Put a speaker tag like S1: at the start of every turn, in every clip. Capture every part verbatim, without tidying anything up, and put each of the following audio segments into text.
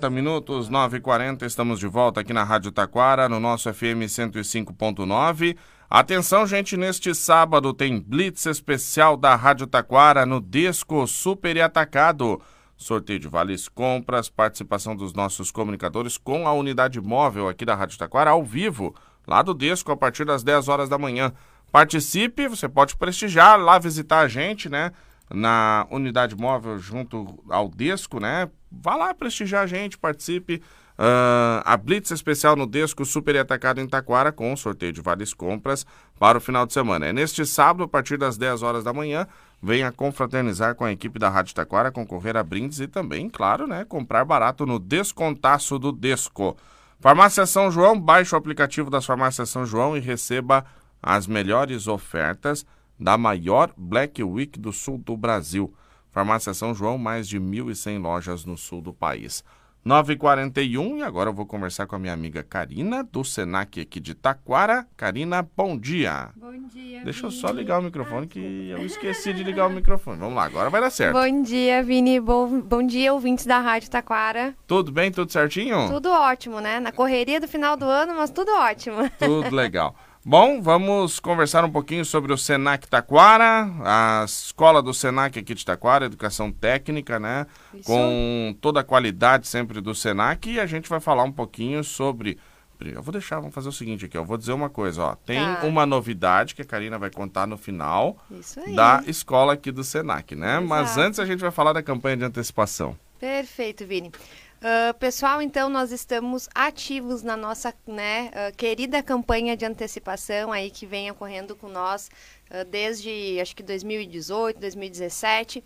S1: Minutos, nove e quarenta, estamos de volta aqui na Rádio Taquara, no nosso F M cento e cinco ponto nove. Atenção, gente, neste sábado tem Blitz especial da Rádio Taquara no Desco Super e Atacado. Sorteio de vales compras, participação dos nossos comunicadores com a unidade móvel aqui da Rádio Taquara ao vivo, lá do Desco, a partir das dez horas da manhã. Participe, você pode prestigiar, lá visitar a gente, né? Na unidade móvel junto ao Desco, né? Vá lá prestigiar a gente, participe. Uh, a Blitz especial no Desco Super e Atacado em Taquara com sorteio de vales compras para o final de semana. É neste sábado, a partir das dez horas da manhã, venha confraternizar com a equipe da Rádio Taquara, concorrer a brindes e também, claro, né, comprar barato no Descontaço do Desco. Farmácia São João, baixe o aplicativo das Farmácias São João e receba as melhores ofertas da maior Black Week do sul do Brasil. Farmácia São João, mais de mil e cem lojas no sul do país. nove e quarenta e um e agora eu vou conversar com a minha amiga Karina, do Senac aqui de Taquara. Karina, bom dia.
S2: Bom dia,
S1: Deixa eu
S2: Vini.
S1: só ligar o microfone que eu esqueci de ligar o microfone. Vamos lá, agora vai dar certo.
S2: Bom dia, Vini. Bom, bom dia, ouvintes da Rádio Taquara.
S1: Tudo bem? Tudo certinho?
S2: Tudo ótimo, né? Na correria do final do ano, mas tudo ótimo.
S1: Tudo legal. Bom, vamos conversar um pouquinho sobre o Senac Taquara, a escola do Senac aqui de Taquara, educação técnica, né? Isso. Com toda a qualidade sempre do Senac, e a gente vai falar um pouquinho sobre... Eu vou deixar, vamos fazer o seguinte aqui, eu vou dizer uma coisa, ó. Tem tá. uma novidade que a Karina vai contar no final da escola aqui do Senac, né? Exato. Mas antes a gente vai falar da campanha de antecipação.
S2: Perfeito, Vini. Uh, pessoal, então nós estamos ativos na nossa né, uh, querida campanha de antecipação aí que vem ocorrendo com nós uh, desde acho que dois mil e dezoito, dois mil e dezessete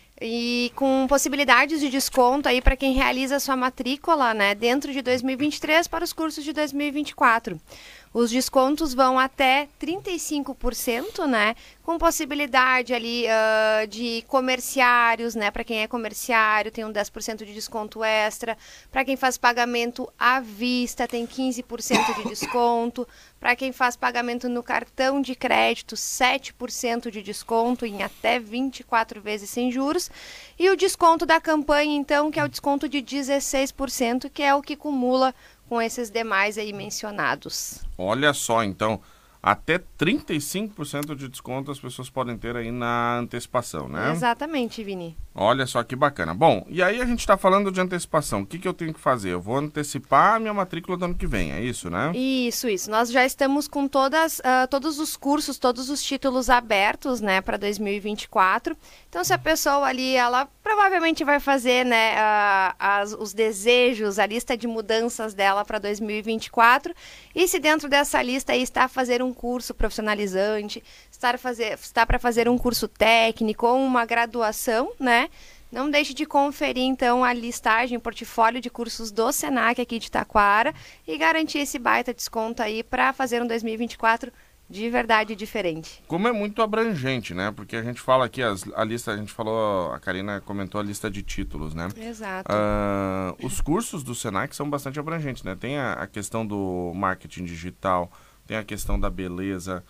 S2: e com possibilidades de desconto aí para quem realiza sua matrícula né, dentro de dois mil e vinte e três para os cursos de dois mil e vinte e quatro. Os descontos vão até trinta e cinco por cento, né? Com possibilidade ali uh, de comerciários, né? Para quem é comerciário tem um dez por cento de desconto extra. Para quem faz pagamento à vista tem quinze por cento de desconto. Para quem faz pagamento no cartão de crédito, sete por cento de desconto em até vinte e quatro vezes sem juros. E o desconto da campanha, então, que é o desconto de dezesseis por cento, que é o que cumula com esses demais aí mencionados.
S1: Olha só, então, até trinta e cinco por cento de desconto as pessoas podem ter aí na antecipação, né?
S2: Exatamente, Vini.
S1: Olha só que bacana. Bom, e aí a gente está falando de antecipação. O que, que eu tenho que fazer? Eu vou antecipar a minha matrícula do ano que vem, é isso, né?
S2: Isso, isso. Nós já estamos com todas, uh, todos os cursos, todos os títulos abertos, né, para dois mil e vinte e quatro. Então, se a pessoa ali, ela provavelmente vai fazer, né, uh, as, os desejos, a lista de mudanças dela para dois mil e vinte e quatro. E se dentro dessa lista aí está a fazer um curso profissionalizante, está, fazer, está para fazer um curso técnico ou uma graduação, né? Não deixe de conferir, então, a listagem, o portfólio de cursos do Senac aqui de Taquara e garantir esse baita desconto aí para fazer um dois mil e vinte e quatro de verdade diferente.
S1: Como é muito abrangente, né? Porque a gente fala aqui, as, a lista, a gente falou, a Karina comentou a lista de títulos, né?
S2: Exato.
S1: Uh, os cursos do Senac são bastante abrangentes, né? Tem a, a questão do marketing digital, tem a questão da beleza,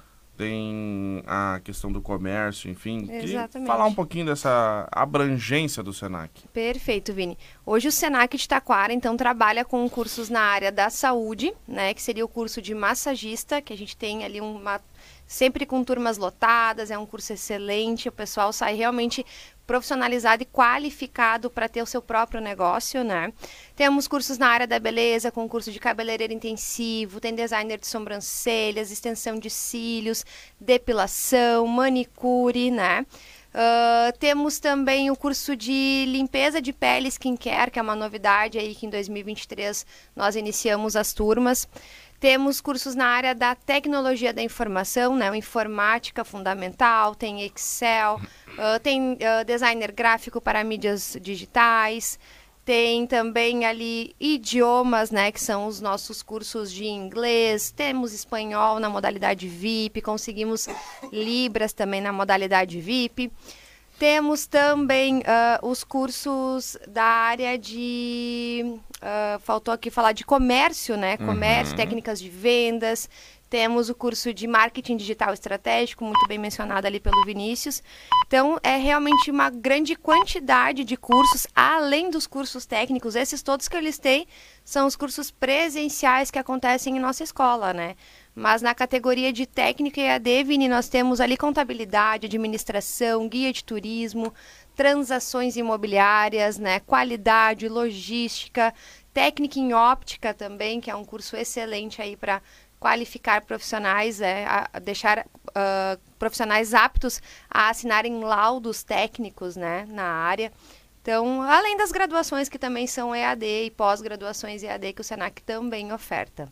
S1: tem a questão do comércio, enfim.
S2: Exatamente.
S1: Falar um pouquinho dessa abrangência do Senac.
S2: Perfeito, Vini. Hoje o Senac de Taquara, então, trabalha com cursos na área da saúde, né, que seria o curso de massagista, que a gente tem ali uma... sempre com turmas lotadas, é um curso excelente, o pessoal sai realmente profissionalizado e qualificado para ter o seu próprio negócio, né? Temos cursos na área da beleza, com curso de cabeleireiro intensivo, tem designer de sobrancelhas, extensão de cílios, depilação, manicure, né? Uh, temos também o curso de limpeza de pele skincare, que é uma novidade aí que em dois mil e vinte e três nós iniciamos as turmas. Temos cursos na área da tecnologia da informação, né? Informática fundamental, tem Excel, uh, tem uh, designer gráfico para mídias digitais, tem também ali idiomas, né? Que são os nossos cursos de inglês, temos espanhol na modalidade V I P, conseguimos Libras também na modalidade V I P. Temos também uh, os cursos da área de... Uh, faltou aqui falar de comércio, né? Comércio, uhum. Técnicas de vendas. Temos o curso de Marketing Digital Estratégico, muito bem mencionado ali pelo Vinícius. Então, é realmente uma grande quantidade de cursos, além dos cursos técnicos. Esses todos que eu listei são os cursos presenciais que acontecem em nossa escola, né? Mas na categoria de técnica e E A D, Vini, nós temos ali contabilidade, administração, guia de turismo, transações imobiliárias, né? Qualidade, logística, técnica em óptica também, que é um curso excelente aí para qualificar profissionais, é, a deixar uh, profissionais aptos a assinarem laudos técnicos, né, na área. Então, além das graduações que também são E A D e pós-graduações E A D que o Senac também oferta.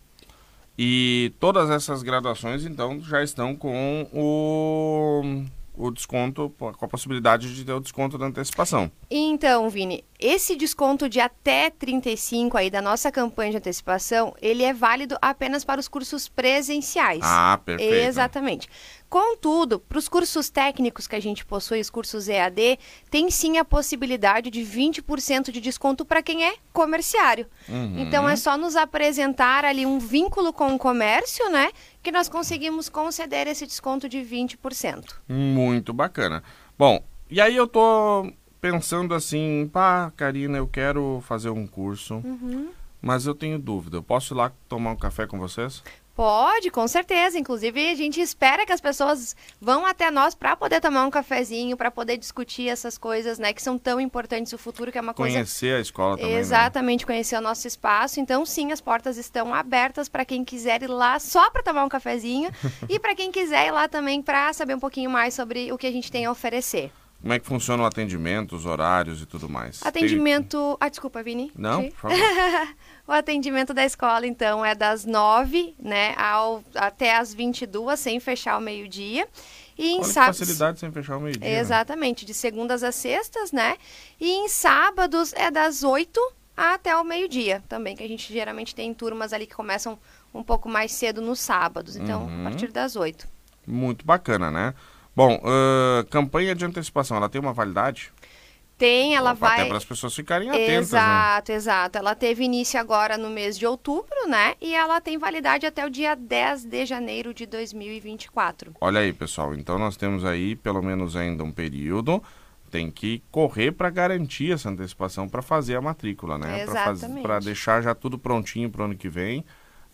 S1: E todas essas graduações, então, já estão com o, o desconto, com a possibilidade de ter o desconto da antecipação.
S2: Então, Vini, esse desconto de até trinta e cinco aí da nossa campanha de antecipação, ele é válido apenas para os cursos presenciais.
S1: Ah, perfeito.
S2: Exatamente. Contudo, para os cursos técnicos que a gente possui, os cursos E A D, tem sim a possibilidade de vinte por cento de desconto para quem é comerciário.
S1: Uhum.
S2: Então, é só nos apresentar ali um vínculo com o comércio, né, que nós conseguimos conceder esse desconto de vinte por cento.
S1: Muito bacana. Bom, e aí eu tô pensando assim, pá, Karina, eu quero fazer um curso,
S2: Uhum.
S1: mas eu tenho dúvida. Eu posso ir lá tomar um café com vocês?
S2: Pode, com certeza. Inclusive, a gente espera que as pessoas vão até nós para poder tomar um cafezinho, para poder discutir essas coisas, né, que são tão importantes no futuro, que é uma coisa...
S1: Conhecer a escola também,
S2: Exatamente, né? Conhecer o nosso espaço. Então, sim, as portas estão abertas para quem quiser ir lá só para tomar um cafezinho e para quem quiser ir lá também para saber um pouquinho mais sobre o que a gente tem a oferecer.
S1: Como é que funciona o atendimento, os horários e tudo mais?
S2: Atendimento... Ah, desculpa, Vini.
S1: Não,
S2: Sim.
S1: por favor.
S2: O atendimento da escola, então, é das nove, né, ao, até as vinte e duas, sem fechar o meio-dia. E em
S1: Olha que
S2: sábados...
S1: facilidade sem fechar o meio-dia.
S2: Exatamente, de segundas a sextas, né? E em sábados é das oito até o meio-dia também, que a gente geralmente tem turmas ali que começam um pouco mais cedo nos sábados. Então,
S1: Uhum.
S2: a partir das oito.
S1: Muito bacana, né? Bom, uh, campanha de antecipação, ela tem uma validade?
S2: Tem, ela vai...
S1: Até para as pessoas ficarem atentas,
S2: Exato,
S1: né?
S2: exato. Ela teve início agora no mês de outubro, né? E ela tem validade até o dia dez de janeiro de dois mil e vinte e quatro.
S1: Olha aí, pessoal. Então, nós temos aí pelo menos ainda um período. Tem que correr para garantir essa antecipação para fazer a matrícula, né?
S2: Exatamente.
S1: Para deixar já tudo prontinho para o ano que vem.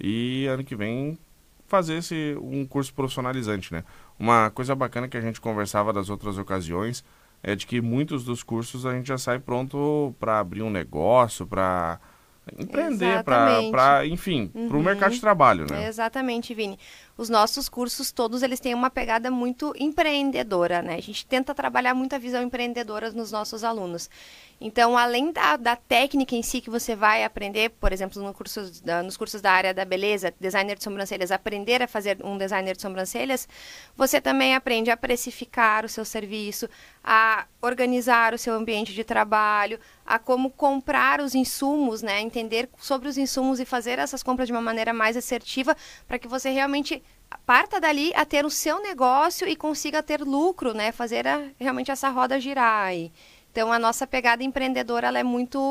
S1: E ano que vem fazer esse, um curso profissionalizante, né? Uma coisa bacana que a gente conversava das outras ocasiões é de que muitos dos cursos a gente já sai pronto para abrir um negócio, para empreender, para, enfim,
S2: Uhum.
S1: para o mercado de trabalho, né?
S2: Exatamente, Vini. Os nossos cursos todos, eles têm uma pegada muito empreendedora, né? A gente tenta trabalhar muito a visão empreendedora nos nossos alunos. Então, além da, da técnica em si que você vai aprender, por exemplo, no curso, da, nos cursos da área da beleza, designer de sobrancelhas, aprender a fazer um designer de sobrancelhas, você também aprende a precificar o seu serviço, a organizar o seu ambiente de trabalho, a como comprar os insumos, né? Entender sobre os insumos e fazer essas compras de uma maneira mais assertiva para que você realmente parta dali a ter o seu negócio e consiga ter lucro, né? Fazer a, realmente essa roda girar. E, então, a nossa pegada empreendedora ela é muito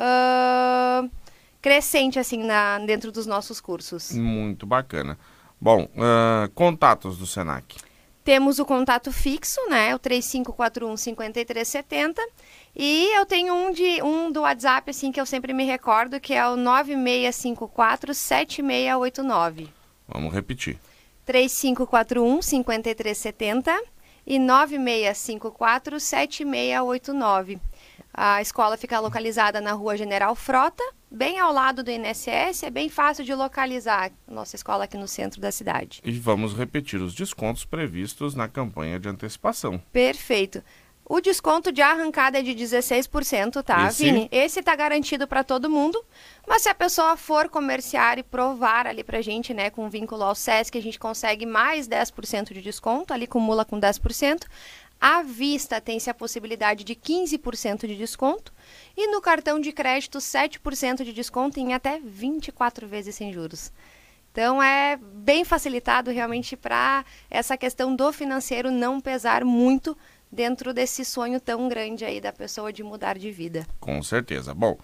S2: uh, crescente assim, na, dentro dos nossos cursos.
S1: Muito bacana. Bom, uh, contatos do Senac.
S2: Temos o contato fixo, né? O três cinco quatro um, cinco três sete zero. E eu tenho um, de, um do WhatsApp, assim, que eu sempre me recordo, que é o nove seis cinco quatro, sete seis oito nove.
S1: Vamos repetir.
S2: três cinco quatro um, cinco três sete zero e nove seis cinco quatro, sete seis oito nove. A escola fica localizada na Rua General Frota, bem ao lado do I N S S, é bem fácil de localizar a nossa escola aqui no centro da cidade.
S1: E vamos repetir os descontos previstos na campanha de antecipação.
S2: Perfeito. O desconto de arrancada é de dezesseis por cento, tá,
S1: Esse?
S2: Vini? Esse tá garantido para todo mundo, mas se a pessoa for comerciar e provar ali pra gente, né, com vínculo ao SESC, a gente consegue mais dez por cento de desconto, ali acumula com dez por cento. À vista tem-se a possibilidade de quinze por cento de desconto e no cartão de crédito sete por cento de desconto em até vinte e quatro vezes sem juros. Então é bem facilitado realmente para essa questão do financeiro não pesar muito dentro desse sonho tão grande aí da pessoa de mudar de vida.
S1: Com certeza. Bom,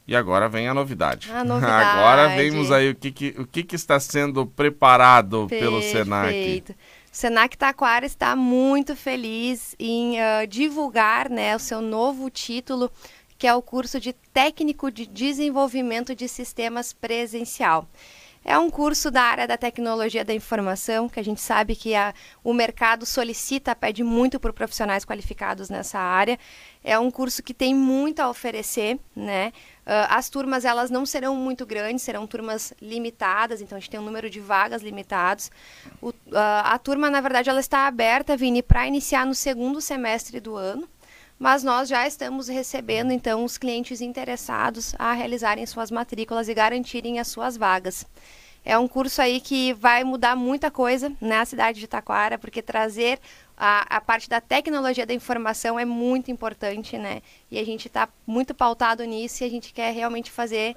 S1: E agora vem a novidade.
S2: A novidade.
S1: Agora vemos aí o que, que, o que, que está sendo preparado
S2: Perfeito.
S1: pelo Senac.
S2: O Senac Taquara está muito feliz em uh, divulgar, né, o seu novo título, que é o curso de Técnico de Desenvolvimento de Sistemas Presencial. É um curso da área da tecnologia da informação, que a gente sabe que a, o mercado solicita, pede muito por profissionais qualificados nessa área. É um curso que tem muito a oferecer, né? Uh, as turmas, elas não serão muito grandes, serão turmas limitadas, então a gente tem um número de vagas limitados. O, uh, a turma, na verdade, ela está aberta, Vini, para iniciar no segundo semestre do ano, mas nós já estamos recebendo, então, os clientes interessados a realizarem suas matrículas e garantirem as suas vagas. É um curso aí que vai mudar muita coisa na cidade de Taquara, porque trazer a, a parte da tecnologia da informação é muito importante, né? E a gente está muito pautado nisso e a gente quer realmente fazer...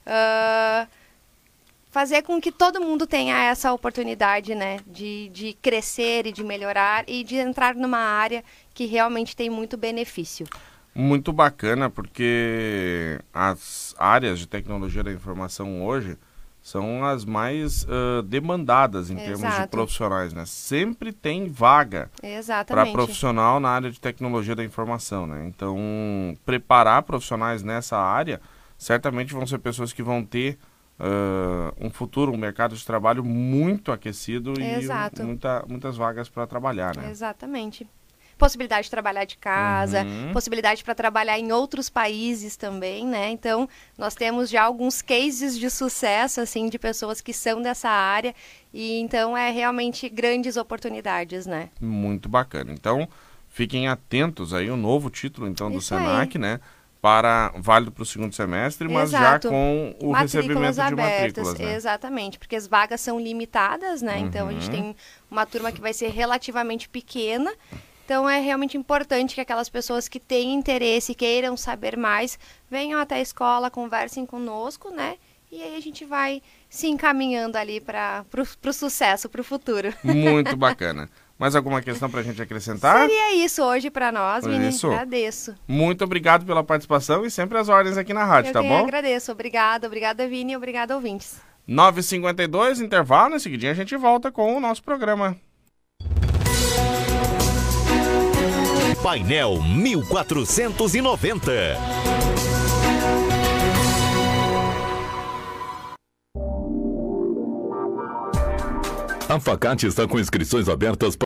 S2: Uh, fazer com que todo mundo tenha essa oportunidade, né, de, de crescer e de melhorar e de entrar numa área que realmente tem muito benefício.
S1: Muito bacana, porque as áreas de tecnologia da informação hoje são as mais uh, demandadas em
S2: Exato.
S1: termos de profissionais, né? Sempre tem vaga para profissional na área de tecnologia da informação, né? Então, preparar profissionais nessa área, certamente vão ser pessoas que vão ter Uh, um futuro, um mercado de trabalho muito aquecido.
S2: Exato.
S1: E muita, muitas vagas para trabalhar, né?
S2: Exatamente. Possibilidade de trabalhar de casa,
S1: uhum.
S2: possibilidade para trabalhar em outros países também, né? Então, nós temos já alguns cases de sucesso, assim, de pessoas que são dessa área e então é realmente grandes oportunidades, né?
S1: Muito bacana. Então, fiquem atentos aí, o novo título, então, do
S2: Isso
S1: Senac,
S2: aí.
S1: né? Para válido para o segundo semestre, mas
S2: Exato.
S1: já com o
S2: matrículas
S1: recebimento
S2: abertas,
S1: de matrículas, né?
S2: Exatamente, porque as vagas são limitadas, né?
S1: Uhum.
S2: Então a gente tem uma turma que vai ser relativamente pequena. Então é realmente importante que aquelas pessoas que têm interesse, queiram saber mais, venham até a escola, conversem conosco, né? E aí a gente vai se encaminhando ali para o sucesso, para o futuro.
S1: Muito bacana. Mais alguma questão para a gente acrescentar?
S2: Seria isso hoje para nós, Vini.
S1: Isso.
S2: Agradeço.
S1: Muito obrigado pela participação e sempre as ordens aqui na rádio,
S2: Eu
S1: tá
S2: bom?
S1: bom?
S2: Eu agradeço. Obrigada, obrigada, Vini, e obrigada, ouvintes.
S1: nove e cinquenta e dois, intervalo, em seguidinho a gente volta com o nosso programa.
S3: Painel mil quatrocentos e noventa. A Facate está com inscrições abertas para